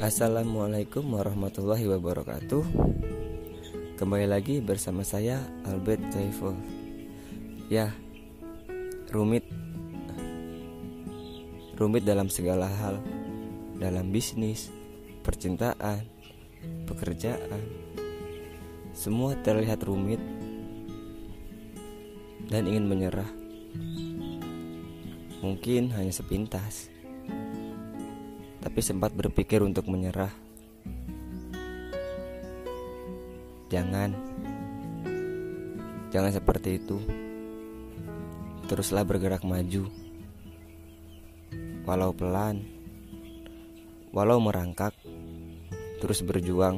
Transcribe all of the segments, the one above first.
Assalamualaikum warahmatullahi wabarakatuh. Kembali lagi bersama saya Albert Saiful. Ya, rumit dalam segala hal, dalam bisnis, percintaan, pekerjaan. Semua terlihat rumit dan ingin menyerah. Mungkin hanya sepintas, tapi sempat berpikir untuk menyerah. Jangan seperti itu. Teruslah bergerak maju, walau pelan, walau merangkak. Terus berjuang.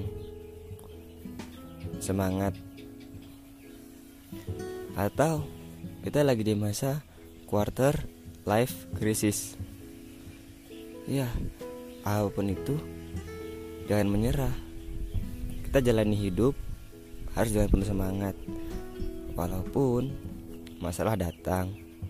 Semangat. Atau kita lagi di masa quarter life crisis. Ya, apapun itu, jangan menyerah. Kita jalani hidup harus dengan penuh semangat, walaupun masalah datang.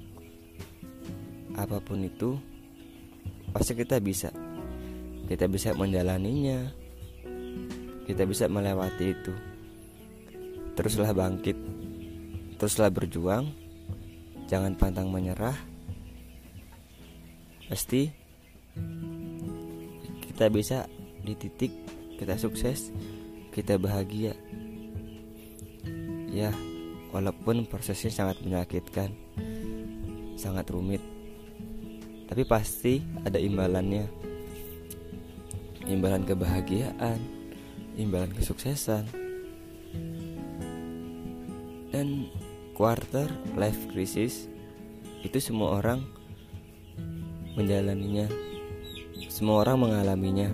Apapun itu, pasti kita bisa menjalaninya. Kita bisa melewati itu. Teruslah bangkit, teruslah berjuang. Jangan pantang menyerah. Pasti kita bisa di titik kita sukses, kita bahagia. Ya, walaupun prosesnya sangat menyakitkan, sangat rumit, tapi pasti ada imbalannya. Imbalan kebahagiaan, imbalan kesuksesan. Dan quarter life crisis itu semua orang menjalaninya. Semua orang mengalaminya,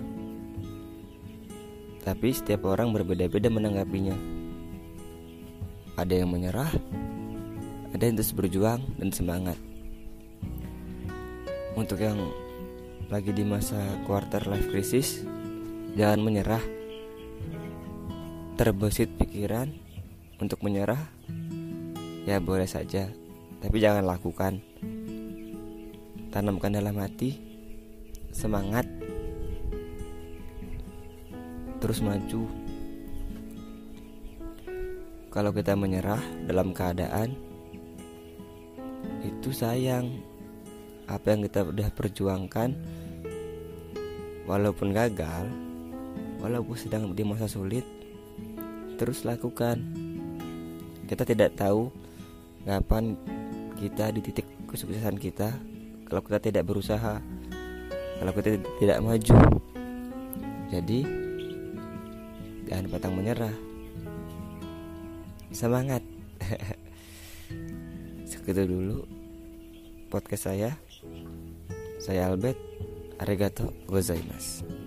tapi setiap orang berbeda-beda menanggapinya. Ada yang menyerah, ada yang terus berjuang dan semangat. Untuk yang lagi di masa quarter life crisis, jangan menyerah. Terbesit pikiran untuk menyerah, ya boleh saja, tapi jangan lakukan. Tanamkan dalam hati semangat, terus maju. Kalau kita menyerah dalam keadaan itu sayang. Apa yang kita udah perjuangkan, walaupun gagal, walaupun sedang di masa sulit, terus lakukan. Kita tidak tahu kapan kita di titik kesuksesan kita kalau kita tidak berusaha, kalau kita tidak maju. Jadi jangan pantang menyerah. Semangat. Segitu dulu podcast saya. Saya Albert. Arigato gozaimasu.